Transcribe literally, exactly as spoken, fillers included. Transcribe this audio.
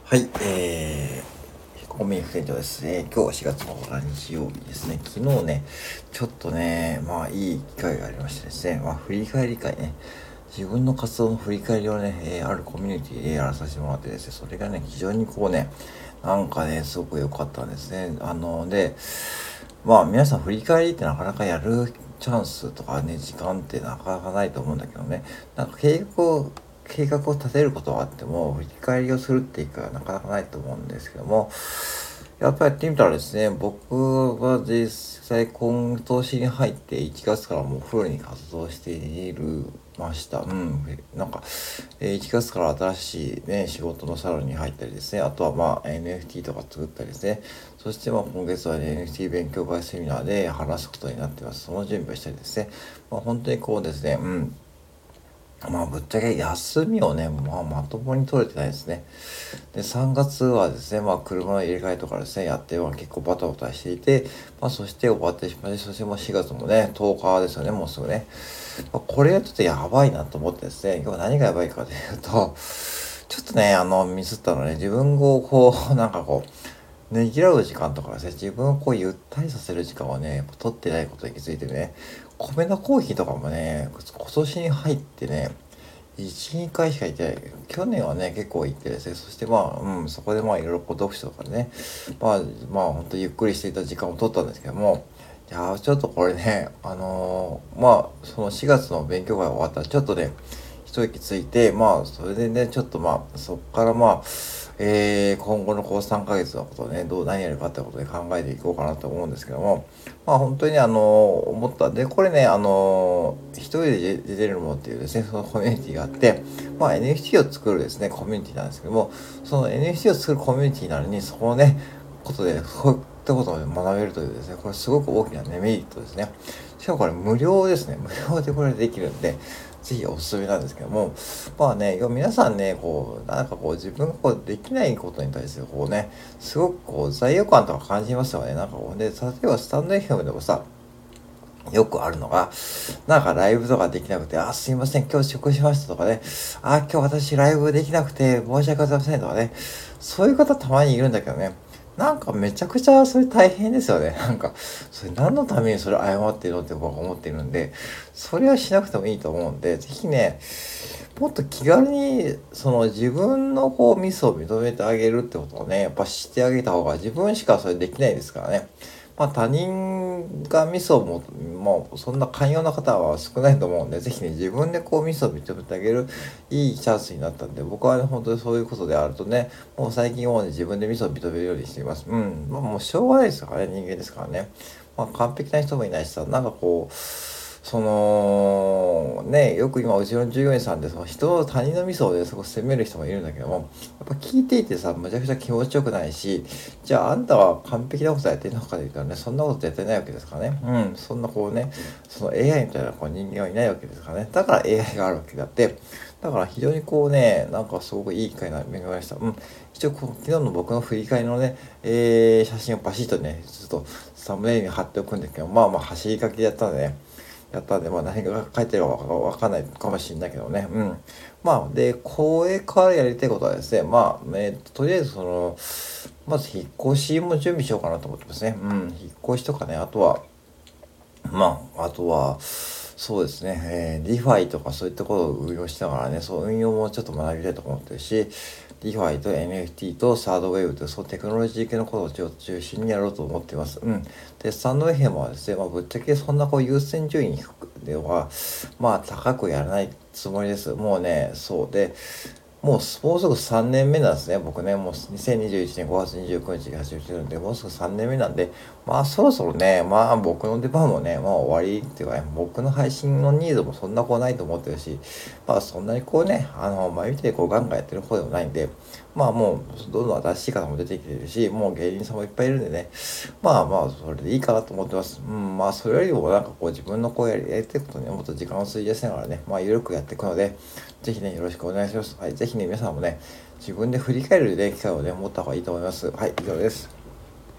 はい、えー、コンビニ副店長ですね。今日はしがつの日曜日ですね。昨日ね、ちょっとね、まあいい機会がありましてですね、まあ振り返り会ね、自分の活動の振り返りをね、えーあるコミュニティでやらさせてもらってですね、それがね、非常にこうね、なんかね、すごく良かったんですね。あの、で、まあ皆さん振り返りってなかなかやるチャンスとかね、時間ってなかなかないと思うんだけどね、なんか計画を、計画を立てることはあっても、振り返りをするっていうかなかなかないと思うんですけども、やっぱりやってみたらですね、僕が実際今年に入っていちがつからもうフルに活動しているました。うん。なんか、えーいちがつから新しいね、仕事のサロンに入ったりですね、あとはまあ エヌエフティー とか作ったりですね、そしてまあ今月は、ね、エヌエフティー 勉強会セミナーで話すことになってます。その準備をしたりですね、まあ本当にこうですね、うん。まあぶっちゃけ休みをね、まあまともに取れてないですね。で、さんがつはですね、まあ車の入れ替えとかですね、やって、まあ結構バタバタしていて、まあそして終わってしまい、そしてもうしがつもね、とおかですよね、もうすぐね。まあ、これはちょっとやばいなと思ってですね、今日は何がやばいかというと、ちょっとね、あの、ミスったのね、自分をこう、なんかこう、ねぎらう時間とかですね、自分をこうゆったりさせる時間はね、取ってないことに気づいてね、米田コーヒーとかもね、今年に入ってね、いち、にかいしか行ってない。去年はね、結構行ってですね、そしてまあ、うん、そこでまあいろいろこう読書とかね、まあ、まあ本当ゆっくりしていた時間を取ったんですけども、いやーちょっとこれね、あのーまあ、そのしがつの勉強会終わったら、ちょっとね、一息ついて、まあ、それでね、ちょっとまあ、そっからまあ、えー、今後のこうさんかげつのことをね、どう、何やるかってことで考えていこうかなと思うんですけども、まあ本当にあのー思った。で、これね、あのー一人で出てるものっていうですね、そのコミュニティがあって、まあ エヌエフティー を作るですね、コミュニティなんですけども、その エヌエフティー を作るコミュニティなのに、そこのね、ことで、そういったことを学べるというですね、これすごく大きなね、メリットですね。しかもこれ無料ですね。無料でこれできるんで、ぜひおすすめなんですけども、まあね、皆さんね、こう、なんかこう、自分がこう、できないことに対して、こうね、すごくこう、罪悪感とか感じますよね。なんかこう、で、例えばスタンド エフエム でもさ、よくあるのが、なんかライブとかできなくて、あ、すいません、今日遅刻しましたとかね、あ、今日私ライブできなくて申し訳ございませんとかね、そういう方たまにいるんだけどね、なんかめちゃくちゃそれ大変ですよね。なんか、それ何のためにそれ謝ってるのって僕は思っているんで、それはしなくてもいいと思うんで、ぜひね、もっと気軽に、その自分のこうミスを認めてあげるってことをね、やっぱしてあげた方が自分しかそれできないですからね。まあ他人がミスをも、もうそんな寛容な方は少ないと思うんで、ぜひね、自分でこうミスを認めてあげるいいチャンスになったんで、僕はね、本当にそういうことであるとね、もう最近はね、自分でミスを認めるようにしています。うん。まあもうしょうがないですからね、人間ですからね。まあ完璧な人もいないしさ、なんかこう、その、ね、よく今、うちの従業員さんで、その人の他人のミスをね、そこ責める人もいるんだけども、やっぱ聞いていてさ、むちゃくちゃ気持ちよくないし、じゃああんたは完璧なことやってるのかで言ったらね、そんなことやってないわけですからね。うん、そんなこうね、その エーアイ みたいなこう人間はいないわけですからね。だから エーアイ があるわけであって、だから非常にこうね、なんかすごくいい機会な巡りました。うん。一応こう、昨日の僕の振り返りのね、えー、写真をバシッとね、ちょっとサムネイルに貼っておくんだけど、まあまあ走り書きでやったんでね、やったんで、まあ何が書いてるかわかんないかもしれないけどね。うん。まあ、で、これからやりたいことはですね、まあ、えーとりあえずその、まず引っ越しも準備しようかなと思ってますね。うん。引っ越しとかね、あとは、まあ、あとは、そうですね、えー、リファイとかそういったことを運用しながらね、そう運用もちょっと学びたいと思ってるし、リファイと エヌエフティー とサードウェーブというそのテクノロジー系のことをちょっと中心にやろうと思っています。うん。で、スタンド エフエム はですね、まあ、ぶっちゃけそんなこう優先順位低くでは、まあ高くやらないつもりです。もうね、そうで、もう、もうすぐさんねんめなんですね。僕ね、もうにせんにじゅういちねんごがつにじゅうくにちに始めてるんで、もうすぐさんねんめなんで、まあそろそろね、まあ僕の出番もね、まあ終わりっていうかね、僕の配信のニーズもそんなこうないと思ってるし、まあそんなにこうね、あの、前みたいにこうガンガンやってる方でもないんで、まあもうどんどん新しい方も出てきてるし、もう芸人さんもいっぱいいるんでね、まあまあそれでいいかなと思ってます。うん、まあそれよりもなんかこう自分のこうやりやりたいことにもっと時間を費やしながらね、まあ緩くやっていくので、ぜひね、よろしくお願いします。はい、ぜひね、皆さんもね、自分で振り返るね、機会をね、持った方がいいと思います。はい、以上です。